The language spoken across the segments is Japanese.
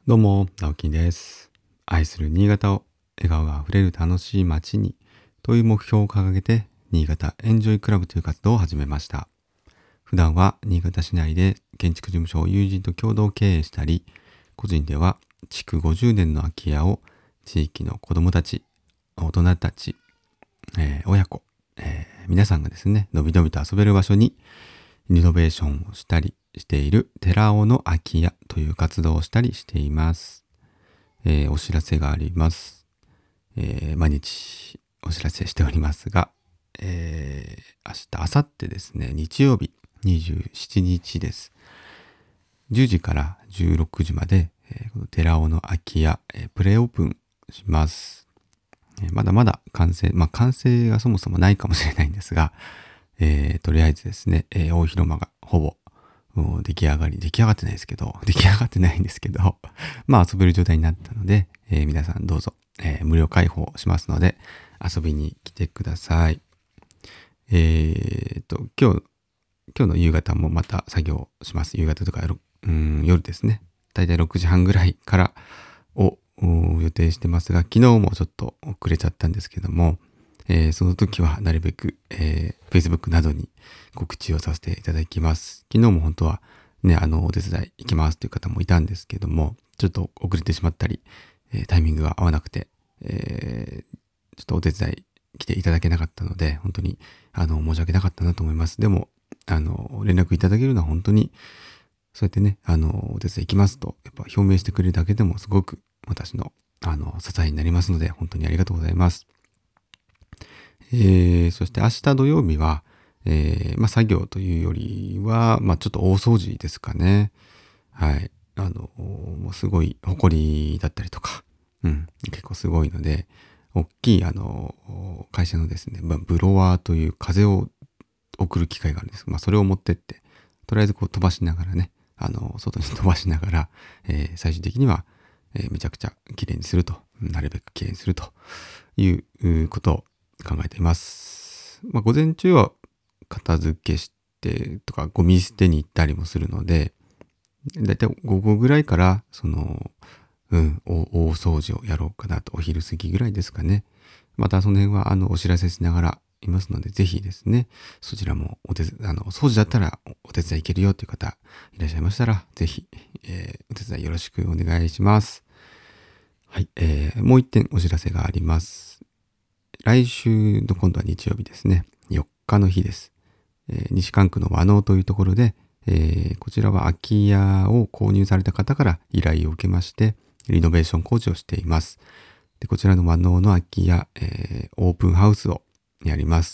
どうも、直樹です。愛する新潟を笑顔があふれる楽しい街にという目標を掲げて、新潟エンジョイクラブという活動を始めました。普段は新潟市内で建築事務所を友人と共同経営したり、個人では築50年の空き家を地域の子どもたち、大人たち、親子、皆さんがですね、のびのびと遊べる場所にリノベーションをしたりしている寺尾の空き家という活動をしたりしています。お知らせがあります。毎日お知らせしておりますが、明日、明後日ですね、日曜日27日です。10時から16時まで、この寺尾の空き家、プレオープンします。まだまだ完成がそもそもないかもしれないんですが、とりあえずですね、大広間がほぼ出来上がってないんですけど、まあ遊べる状態になったので、皆さんどうぞ、無料開放しますので、遊びに来てください。今日の夕方もまた作業します。夕方とか夜ですね。だいたい6時半ぐらいからを予定してますが、昨日もちょっと遅れちゃったんですけども、その時はなるべく、Facebook などに告知をさせていただきます。昨日も本当はね、お手伝い行きますという方もいたんですけども、ちょっと遅れてしまったり、タイミングが合わなくて、ちょっとお手伝い来ていただけなかったので、本当に、申し訳なかったなと思います。でも、連絡いただけるのは本当に、そうやってね、お手伝い行きますと、やっぱ表明してくれるだけでもすごく私の、支えになりますので、本当にありがとうございます。そして明日土曜日は、作業というよりは、ちょっと大掃除ですかね。はい。もうすごい埃だったりとか、結構すごいので、大きい、会社のですね、ブロワーという風を送る機械があるんです。それを持ってって、とりあえずこう飛ばしながらね、外に飛ばしながら、最終的には、めちゃくちゃ綺麗にすると、なるべく綺麗にするということを考えています。午前中は片付けしてとかゴミ捨てに行ったりもするので、だいたい午後ぐらいから大掃除をやろうかなと、お昼過ぎぐらいですかね。またその辺はお知らせしながらいますので、ぜひですね、そちらも掃除だったらお手伝い行けるよという方いらっしゃいましたら、ぜひ、お手伝いよろしくお願いします。はい、もう一点お知らせがあります。来週の今度は日曜日ですね、4日の日です。西関区の和能というところで、こちらは空き家を購入された方から依頼を受けまして、リノベーション工事をしています。でこちらの和能の空き家、オープンハウスをやります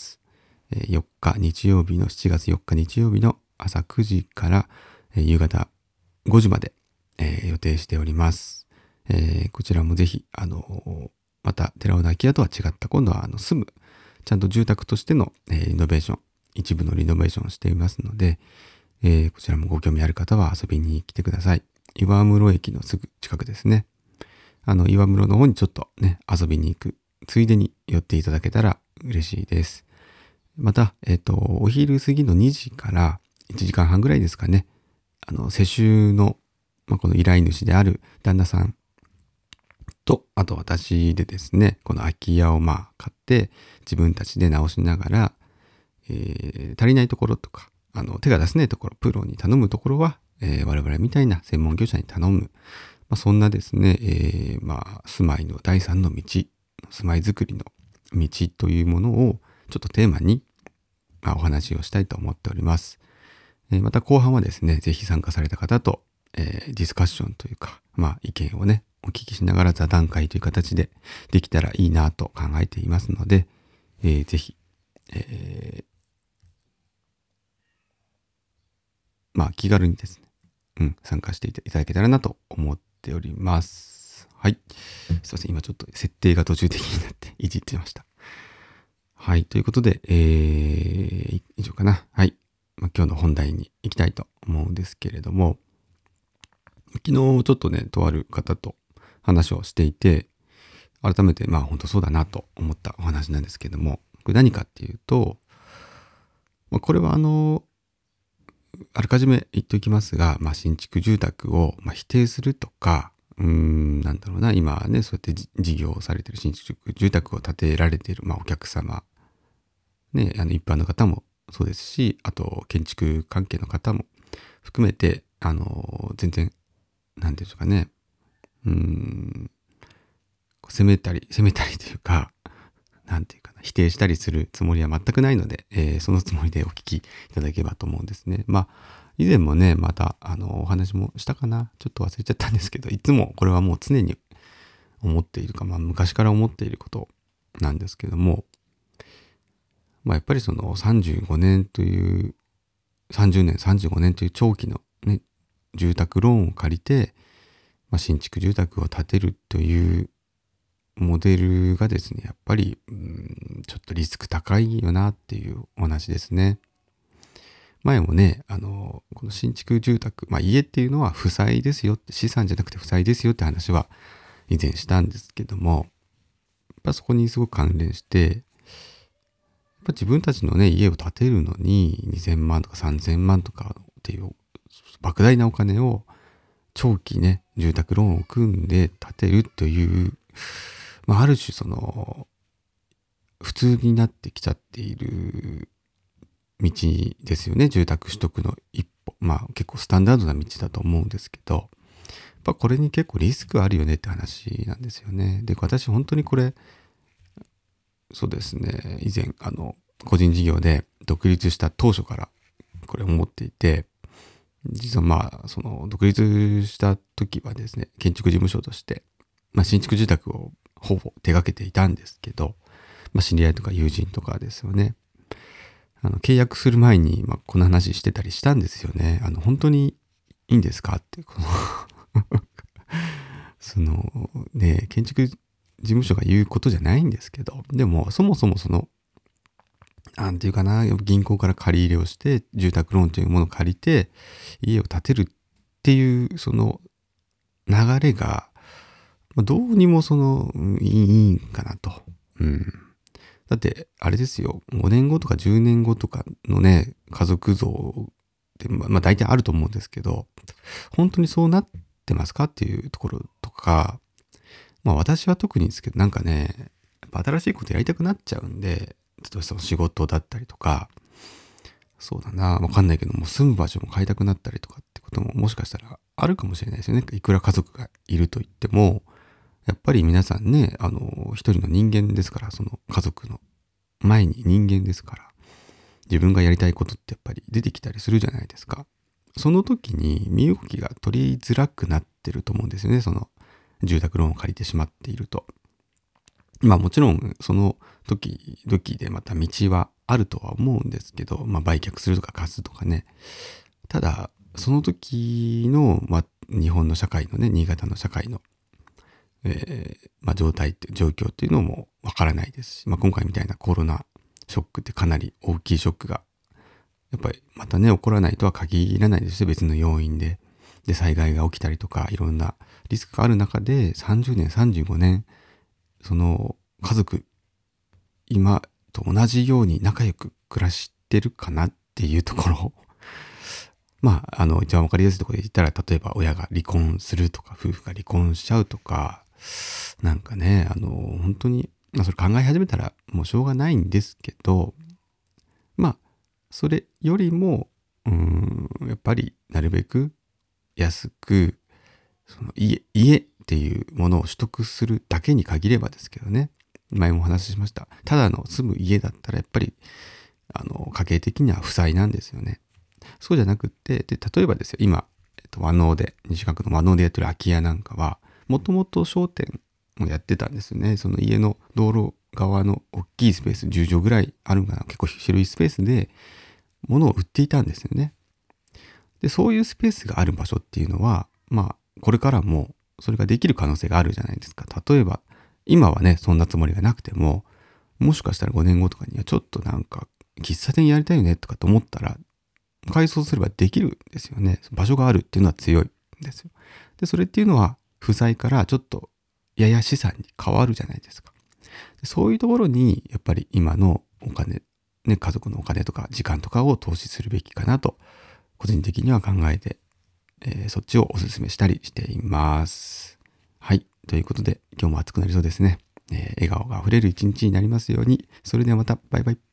。4日日曜日の7月4日日曜日の朝9時から、夕方5時まで、予定しております。こちらもぜひ、また寺尾の空き家とは違った今度はちゃんと住宅としての、リノベーション、一部のリノベーションをしていますので、こちらもご興味ある方は遊びに来てください。岩室駅のすぐ近くですね。岩室の方にちょっとね、遊びに行くついでに寄っていただけたら嬉しいです。また、お昼過ぎの2時から1時間半ぐらいですかね。世襲の、この依頼主である旦那さんと、あと私でですね、この空き家を買って自分たちで直しながら、足りないところとか、手が出せないところ、プロに頼むところは、我々みたいな専門業者に頼む。そんなですね、住まいの第三の道、住まいづくりの道というものをちょっとテーマに、お話をしたいと思っております。また後半はですね、ぜひ参加された方と、ディスカッションというか、意見をね、お聞きしながら座談会という形でできたらいいなと考えていますので、ぜひ、気軽にですね、参加していただけたらなと思っております。はい。すいません。今ちょっと設定が途中的になっていじってました。はい。ということで、以上かな。はい。今日の本題に行きたいと思うんですけれども、昨日ちょっとね、とある方と話をしていて、改めて本当そうだなと思ったお話なんですけども、これ何かっていうと、これはあらかじめ言っておきますが、新築住宅を否定するとか、 なんだろうな、今ね、そうやって事業をされてる新築住宅を建てられている、お客様、ね、一般の方もそうですし、あと建築関係の方も含めて、全然、なんていうんですかね、うーん、責めたりというか、なんていうかな、否定したりするつもりは全くないので、そのつもりでお聞きいただければと思うんですね。以前もね、また、お話もしたかな。ちょっと忘れちゃったんですけど、いつもこれはもう常に思っているか、昔から思っていることなんですけども、やっぱりその35年という、30年、35年という長期のね、住宅ローンを借りて、新築住宅を建てるというモデルがですね、やっぱり、ちょっとリスク高いよなっていうお話ですね。前もね、この新築住宅、家っていうのは負債ですよって、資産じゃなくて負債ですよって話は以前したんですけども、やっぱそこにすごく関連して、やっぱ自分たちのね、家を建てるのに2000万とか3000万とかっていう莫大なお金を長期ね、住宅ローンを組んで建てるという、ある種その、普通になってきちゃっている道ですよね。住宅取得の一歩。結構スタンダードな道だと思うんですけど、やっぱこれに結構リスクあるよねって話なんですよね。で、私本当にこれ、そうですね、以前、個人事業で独立した当初からこれ思っていて、実はその独立した時はですね、建築事務所として、新築住宅をほぼ手掛けていたんですけど、知り合いとか友人とかですよね。契約する前に、この話してたりしたんですよね。本当にいいんですかって、その、ね、建築事務所が言うことじゃないんですけど、でも、そもそもその、なんていうかな、銀行から借り入れをして、住宅ローンというものを借りて、家を建てるっていう、その流れが、どうにもいいんかなと。うん。だって、あれですよ、5年後とか10年後とかのね、家族像って、大体あると思うんですけど、本当にそうなってますかっていうところとか、私は特にですけど、なんかね、やっぱ新しいことやりたくなっちゃうんで、例えばその仕事だったりとか、そうだな、わかんないけども、住む場所も変えたくなったりとかってことももしかしたらあるかもしれないですよね。いくら家族がいると言っても、やっぱり皆さんね、一人の人間ですから、その家族の前に人間ですから、自分がやりたいことってやっぱり出てきたりするじゃないですか。その時に身動きが取りづらくなってると思うんですよね。その住宅ローンを借りてしまっていると。もちろんその時々でまた道はあるとは思うんですけど、売却するとか貸すとかね。ただ、その時の、日本の社会のね、新潟の社会の、状態って状況っていうのもわからないですし、今回みたいなコロナショックってかなり大きいショックが、やっぱりまたね、起こらないとは限らないですよ。別の要因で。で、災害が起きたりとか、いろんなリスクがある中で、30年、35年、その家族、今と同じように仲良く暮らしてるかなっていうところ。一番わかりやすいところで言ったら、例えば親が離婚するとか、夫婦が離婚しちゃうとか、なんかね、本当に、それ考え始めたらもうしょうがないんですけど、それよりも、やっぱりなるべく安く、その家っていうものを取得するだけに限ればですけどね。前もお話ししました。ただの住む家だったらやっぱり、家計的には負債なんですよね。そうじゃなくって、で、例えばですよ、今、和納で、西川区の和納でやってる空き家なんかは、もともと商店をやってたんですよね。その家の道路側の大きいスペース、10畳ぐらいあるかな、結構広いスペースで、物を売っていたんですよね。で、そういうスペースがある場所っていうのは、これからもそれができる可能性があるじゃないですか。例えば、今はね、そんなつもりがなくても、もしかしたら5年後とかにはちょっとなんか、喫茶店やりたいよねとかと思ったら、改装すればできるんですよね。場所があるっていうのは強いんですよ。で、それっていうのは、負債からちょっとやや資産に変わるじゃないですか。でそういうところに、やっぱり今のお金、ね、家族のお金とか時間とかを投資するべきかなと、個人的には考えて、そっちをお勧めしたりしています。 はい。ということで、今日も暑くなりそうですね。笑顔があふれる一日になりますように。それではまた、バイバイ。